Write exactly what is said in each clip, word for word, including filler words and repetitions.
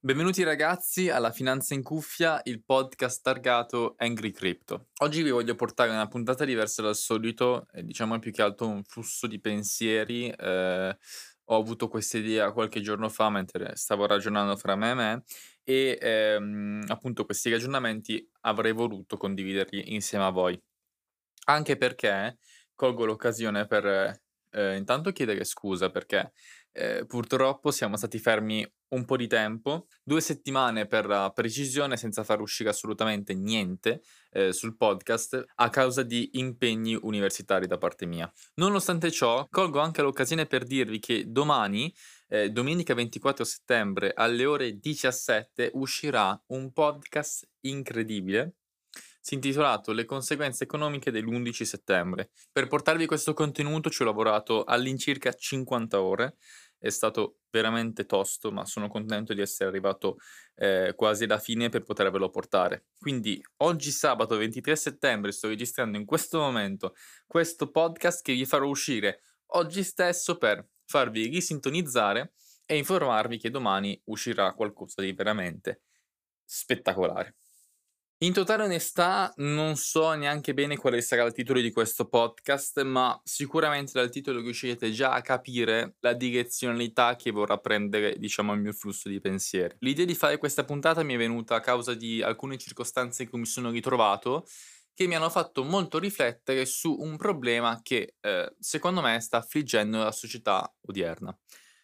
Benvenuti ragazzi alla Finanza in Cuffia, il podcast targato Angry Crypto. Oggi vi voglio portare una puntata diversa dal solito, e diciamo più che altro un flusso di pensieri. Eh, ho avuto questa idea qualche giorno fa mentre stavo ragionando fra me e me e ehm, appunto questi ragionamenti avrei voluto condividerli insieme a voi. Anche perché colgo l'occasione per, ehm, intanto chiedere scusa perché, ehm, purtroppo siamo stati fermi un po' di tempo, due settimane per la precisione, senza far uscire assolutamente niente, ehm, sul podcast a causa di impegni universitari da parte mia. Nonostante ciò, colgo anche l'occasione per dirvi che domani, ehm, domenica ventiquattro settembre alle ore diciassette uscirà un podcast incredibile si intitolato "Le conseguenze economiche dell'undici settembre". Per portarvi questo contenuto ci ho lavorato all'incirca cinquanta ore, è stato veramente tosto, ma sono contento di essere arrivato, ehm, quasi alla fine per potervelo portare. Quindi oggi sabato ventitré settembre sto registrando in questo momento questo podcast che vi farò uscire oggi stesso per farvi risintonizzare e informarvi che domani uscirà qualcosa di veramente spettacolare. In totale onestà non so neanche bene quale sarà il titolo di questo podcast, ma sicuramente dal titolo riuscirete già a capire la direzionalità che vorrà prendere, diciamo, il mio flusso di pensieri. L'idea di fare questa puntata mi è venuta a causa di alcune circostanze in cui mi sono ritrovato, che mi hanno fatto molto riflettere su un problema che, eh, secondo me, sta affliggendo la società odierna,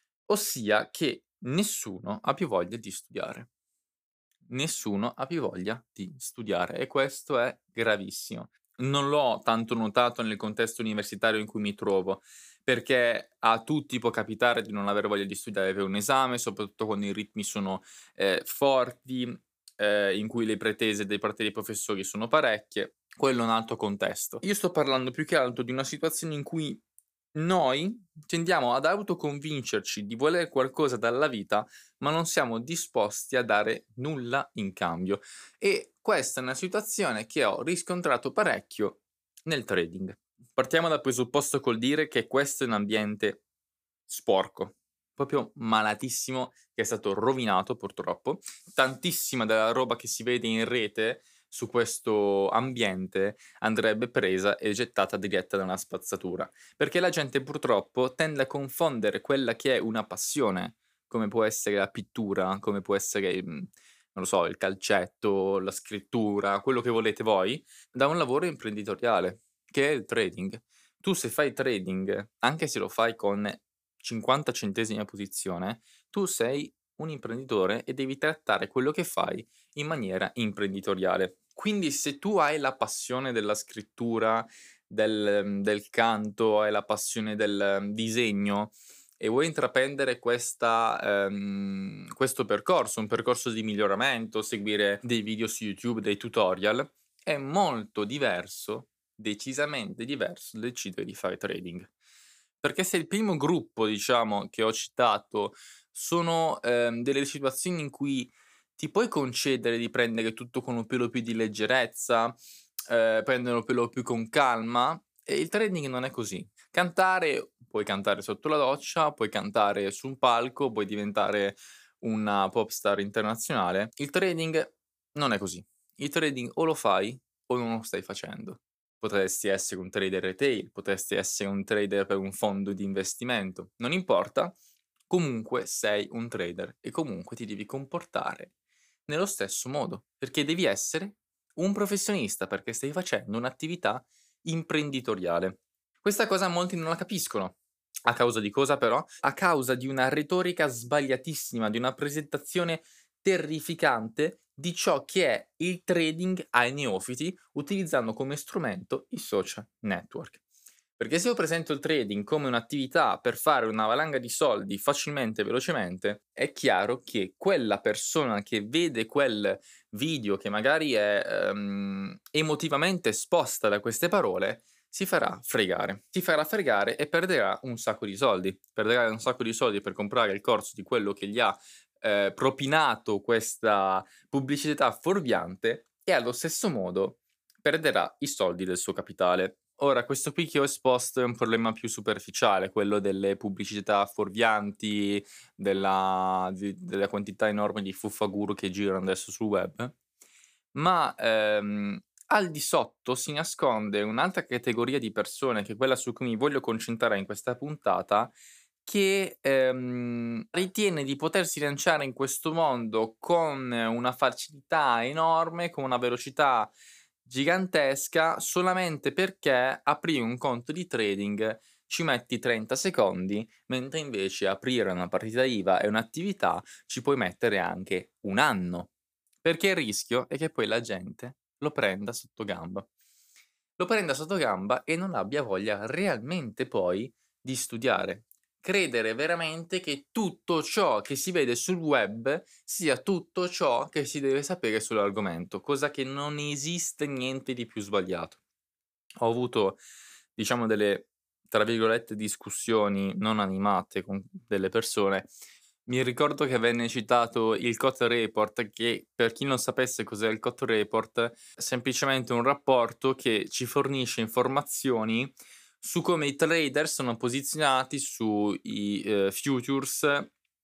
ossia che nessuno ha più voglia di studiare. Nessuno ha più voglia di studiare e questo è gravissimo. Non l'ho tanto notato nel contesto universitario in cui mi trovo, perché a tutti può capitare di non aver voglia di studiare per un esame, soprattutto quando i ritmi sono, ehm, forti, ehm, in cui le pretese da parte dei professori sono parecchie, quello è un altro contesto. Io sto parlando più che altro di una situazione in cui noi tendiamo ad autoconvincerci di voler qualcosa dalla vita, ma non siamo disposti a dare nulla in cambio. E questa è una situazione che ho riscontrato parecchio nel trading. Partiamo dal presupposto col dire che questo è un ambiente sporco, proprio malatissimo, che è stato rovinato purtroppo. Tantissima della roba che si vede in rete su questo ambiente andrebbe presa e gettata diretta da una spazzatura, perché la gente purtroppo tende a confondere quella che è una passione, come può essere la pittura, come può essere, mhmm, non lo so, il calcetto, la scrittura, quello che volete voi, da un lavoro imprenditoriale, che è il trading. Tu se fai trading, anche se lo fai con cinquanta centesimi a posizione, tu sei un imprenditore e devi trattare quello che fai in maniera imprenditoriale. Quindi se tu hai la passione della scrittura, del mhmm, del canto, hai la passione del mm, disegno e vuoi intraprendere questa ehm, questo percorso, un percorso di miglioramento, seguire dei video su YouTube, dei tutorial, è molto diverso, decisamente diverso, decidere di fare trading. Perché se il primo gruppo, diciamo, che ho citato sono, ehm, delle situazioni in cui ti puoi concedere di prendere tutto con un pelo più di leggerezza, ehm, prenderlo un pelo più con calma, e il trading non è così. Cantare puoi cantare sotto la doccia, puoi cantare su un palco, puoi diventare una popstar internazionale. Il trading non è così. Il trading o lo fai o non lo stai facendo. Potresti essere un trader retail, potresti essere un trader per un fondo di investimento, non importa, comunque sei un trader e comunque ti devi comportare nello stesso modo, perché devi essere un professionista, perché stai facendo un'attività imprenditoriale. Questa cosa molti non la capiscono. A causa di cosa però? A causa di una retorica sbagliatissima, di una presentazione terrificante di ciò che è il trading ai neofiti, utilizzando come strumento i social network. Perché se io presento il trading come un'attività per fare una valanga di soldi facilmente e velocemente, è chiaro che quella persona che vede quel video che magari è ehm, emotivamente esposta da queste parole si farà fregare. Si farà fregare e perderà un sacco di soldi. Perderà un sacco di soldi per comprare il corso di quello che gli ha eh, propinato questa pubblicità fuorviante e allo stesso modo perderà i soldi del suo capitale. Ora, questo qui che ho esposto è un problema più superficiale, quello delle pubblicità fuorvianti, della di della quantità enorme di fuffaguru che girano adesso sul web, ma, ehm, al di sotto si nasconde un'altra categoria di persone, che è quella su cui mi voglio concentrare in questa puntata, che, ehm, ritiene di potersi lanciare in questo mondo con una facilità enorme, con una velocità gigantesca, solamente perché aprire un conto di trading ci metti trenta secondi, mentre invece aprire una partita I V A è un'attività ci puoi mettere anche un anno. Perché il rischio è che poi la gente lo prenda sottogamba. Lo prenda sottogamba e non abbia voglia realmente poi di studiare. Credere veramente che tutto ciò che si vede sul web sia tutto ciò che si deve sapere sull'argomento, cosa che non esiste niente di più sbagliato. Ho avuto, diciamo, delle, tra virgolette, "discussioni" non animate con delle persone. Mi ricordo che venne citato il Cotter Report che, per chi non sapesse cos'è il Cotter Report, è semplicemente un rapporto che ci fornisce informazioni su come i trader sono posizionati sui, ehm, futures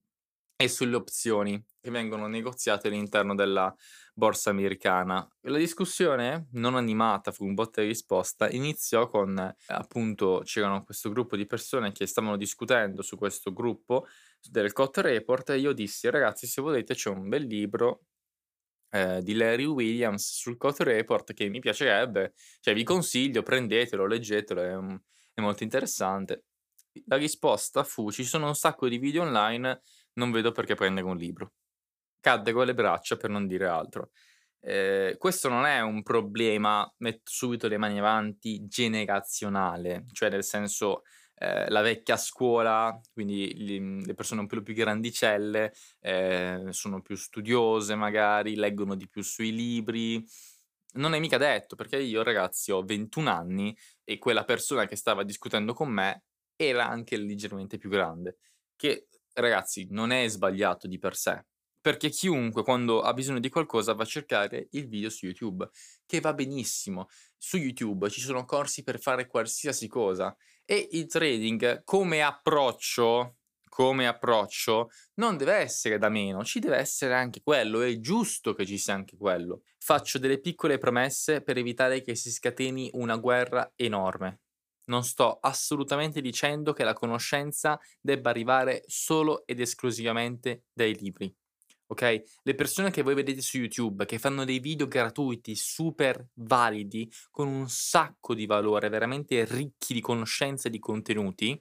e sulle opzioni che vengono negoziate all'interno della borsa americana. La discussione, non animata, fu un botta e risposta, iniziò con eh, appunto c'erano questo gruppo di persone che stavano discutendo su questo gruppo del Cot Report e io dissi: "Ragazzi, se volete c'è un bel libro, ehm, di Larry Williams sul Cot Report che mi piacerebbe, cioè vi consiglio, prendetelo, leggetelo, è un è molto interessante". La risposta fu: "Ci sono un sacco di video online, non vedo perché prendere un libro". Cadde con le braccia per non dire altro. Ehm, questo non è un problema, metto subito le mani avanti, generazionale, cioè nel senso, ehm, la vecchia scuola, quindi li mhmm, le persone un pelo più grandicelle, ehm, sono più studiose magari, leggono di più sui libri. Non è mica detto, perché io ragazzi ho ventuno anni e quella persona che stava discutendo con me era anche leggermente più grande, che ragazzi non è sbagliato di per sé. Perché chiunque quando ha bisogno di qualcosa va a cercare il video su YouTube, che va benissimo. Su YouTube ci sono corsi per fare qualsiasi cosa e il trading come approccio come approccio non deve essere da meno, ci deve essere anche quello, è giusto che ci sia anche quello. Faccio delle piccole premesse per evitare che si scateni una guerra enorme. Non sto assolutamente dicendo che la conoscenza debba arrivare solo ed esclusivamente dai libri. Okay? Le persone che voi vedete su YouTube, che fanno dei video gratuiti super validi, con un sacco di valore, veramente ricchi di conoscenze e di contenuti,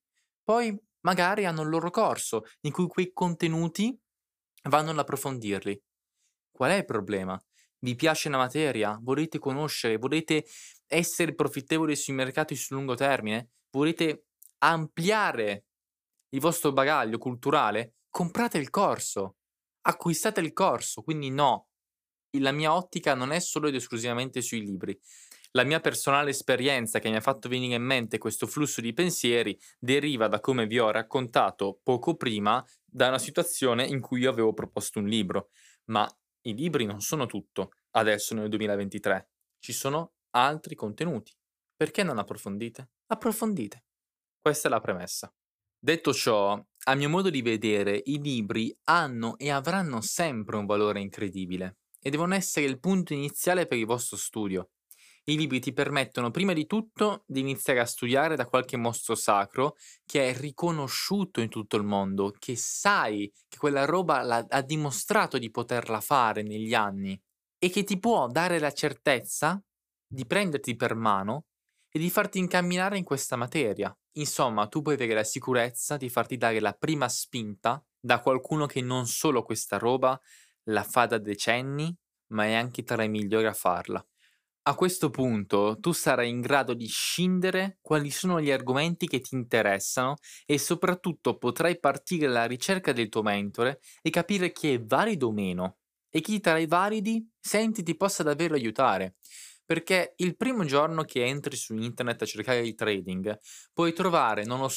poi magari hanno il loro corso, in cui quei contenuti vanno ad approfondirli. Qual è il problema? Vi piace la materia? Volete conoscere? Volete essere profittevoli sui mercati sul lungo termine? Volete ampliare il vostro bagaglio culturale? Comprate il corso, acquistate il corso, quindi no, il la mia ottica non è solo ed esclusivamente sui libri. La mia personale esperienza che mi ha fatto venire in mente questo flusso di pensieri deriva da come vi ho raccontato poco prima, da una situazione in cui io avevo proposto un libro. Ma i libri non sono tutto, adesso nel duemilaventitré. Ci sono altri contenuti. Perché non approfondite? Approfondite. Questa è la premessa. Detto ciò, a mio modo di vedere, i libri hanno e avranno sempre un valore incredibile e devono essere il punto iniziale per il vostro studio. I libri ti permettono prima di tutto di iniziare a studiare da qualche mostro sacro che è riconosciuto in tutto il mondo, che sai che quella roba l'ha- ha dimostrato di poterla fare negli anni e che ti può dare la certezza di prenderti per mano e di farti incamminare in questa materia. Insomma, tu puoi avere la sicurezza di farti dare la prima spinta da qualcuno che non solo questa roba la fa da decenni, ma è anche tra i migliori a farla. A questo punto tu sarai in grado di scindere quali sono gli argomenti che ti interessano e soprattutto potrai partire alla ricerca del tuo mentore e capire chi è valido o meno e chi tra i validi senti ti possa davvero aiutare. Perché il primo giorno che entri su internet a cercare il trading puoi trovare, non lo so,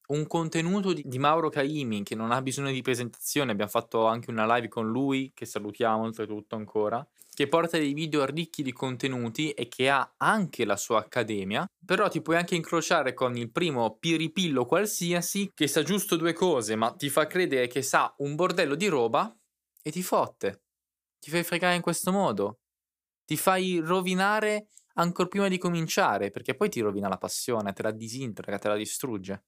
un contenuto di di Mauro Caimi che non ha bisogno di presentazione, abbiam fatto anche una live con lui, che salutiamo oltretutto ancora, che porta dei video ricchi di contenuti e che ha anche la sua accademia, però ti puoi anche incrociare con il primo piripillo qualsiasi che sa giusto due cose, ma ti fa credere che sa un bordello di roba e ti fotte. Ti fai fregare in questo modo. Ti fai rovinare ancor prima di cominciare, perché poi ti rovina la passione, te la disintegra, te la distrugge.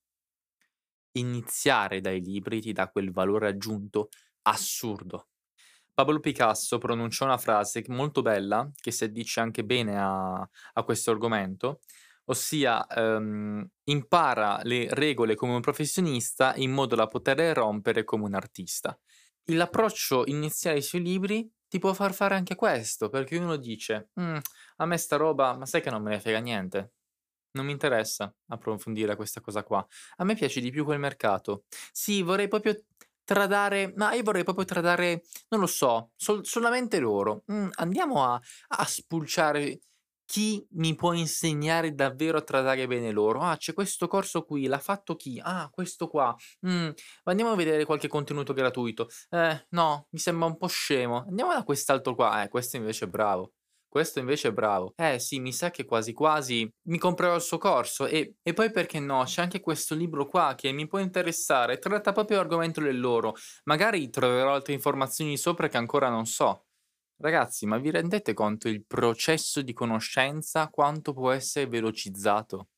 Iniziare dai libri ti dà quel valore aggiunto assurdo. Pablo Picasso pronunciò una frase c molto bella, che si addice anche bene a a questo argomento, ossia, ehm: "Impara le regole come un professionista in modo da poterle rompere come un artista". Il l'approccio iniziale sui libri ti può far fare anche questo, perché uno dice: "Mhmm, a me sta roba ma sai che non me ne frega niente. Non mi interessa approfondire questa cosa qua. A me piace di più quel mercato. Sì, vorrei proprio tradare ma io vorrei proprio tradare, non lo so, sol solamente loro. Mhmm, andiamo a a spulciare chi mi può insegnare davvero a tradare bene loro. Ah, c'è questo corso qui, l'ha fatto chi? Ah, questo qua. Mh, andiamo a vedere qualche contenuto gratuito. Eh, no, mi sembra un po' scemo. Andiamo da quest'altro qua. Eh, questo invece è bravo. Questo invece è bravo. Eh sì, mi sa che quasi quasi mi comprerò il suo corso e e poi perché no, c'è anche questo libro qua che mi può interessare, tratta proprio l'argomento del loro. Magari troverò altre informazioni sopra che ancora non so. Ragazzi, ma vi rendete conto il processo di conoscenza quanto può essere velocizzato?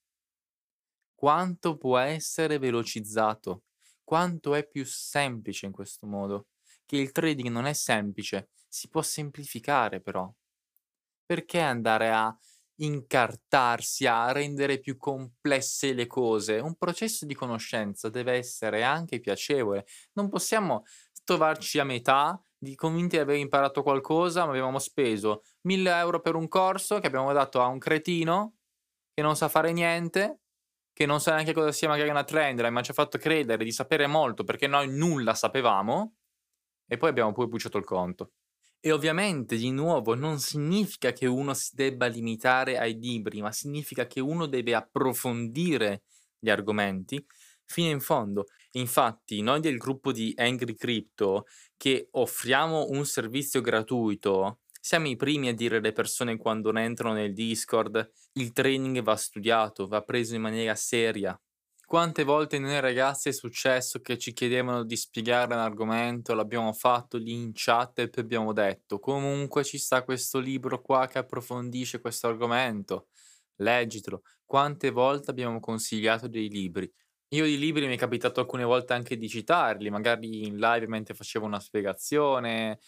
Quanto può essere velocizzato? Quanto è più semplice in questo modo? Che il trading non è semplice, si può semplificare però. Perché andare a incartarsi, a rendere più complesse le cose? Un processo di conoscenza deve essere anche piacevole. Non possiamo trovarci a metà, di convinti di aver imparato qualcosa, ma abbiamo speso mille euro € per un corso che abbiamo dato a un cretino che non sa fare niente, che non sa neanche cosa sia magari una trendline, ma ci ha fatto credere di sapere molto perché noi nulla sapevamo e poi abbiamo pure bucciato il conto. E ovviamente, di nuovo, non significa che uno si debba limitare ai libri, ma significa che uno deve approfondire gli argomenti fino in fondo. Infatti, noi del gruppo di Angry Crypto, che offriamo un servizio gratuito, siamo i primi a dire alle persone quando ne entrano nel Discord: il training va studiato, va preso in maniera seria. Quante volte noi ragazzi è successo che ci chiedevano di spiegare un argomento, l'abbiamo fatto lì in chat e poi abbiamo detto: "Comunque ci sta questo libro qua che approfondisce questo argomento, leggitelo." Quante volte abbiamo consigliato dei libri. Io i libri mi è capitato alcune volte anche di citarli, magari in live mentre facevo una spiegazione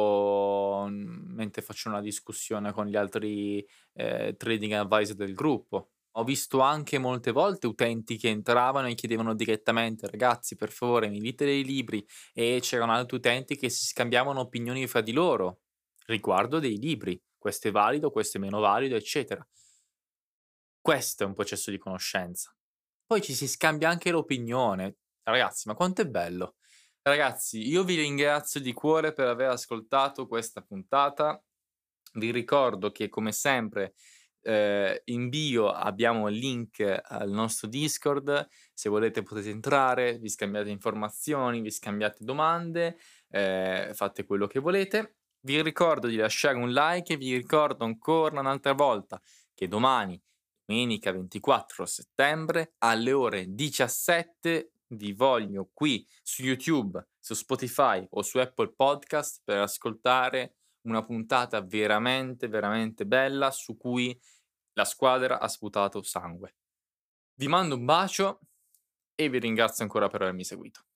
o, mhmm, mentre faccio una discussione con gli altri, ehm, trading advisor del gruppo. Ho visto anche molte volte utenti che entravano e chiedevano direttamente: "Ragazzi, per favore mi dite dei libri", e c'erano altri utenti che si scambiavano opinioni fra di loro riguardo dei libri. Questo è valido, questo è meno valido, eccetera. Questo è un processo di conoscenza. Poi ci si scambia anche l'opinione. Ragazzi, ma quanto è bello. Ragazzi, io vi ringrazio di cuore per aver ascoltato questa puntata. Vi ricordo che come sempre, ehm, in bio abbiamo il link al nostro Discord, se volete potete entrare, vi scambiate informazioni, vi scambiate domande, ehm, fate quello che volete. Vi ricordo di lasciare un like e vi ricordo ancora un'altra volta che domani, domenica ventiquattro settembre, alle ore diciassette vi voglio qui su YouTube, su Spotify o su Apple Podcast per ascoltare una puntata veramente, veramente bella su cui la squadra ha sputato sangue. Vi mando un bacio e vi ringrazio ancora per avermi seguito.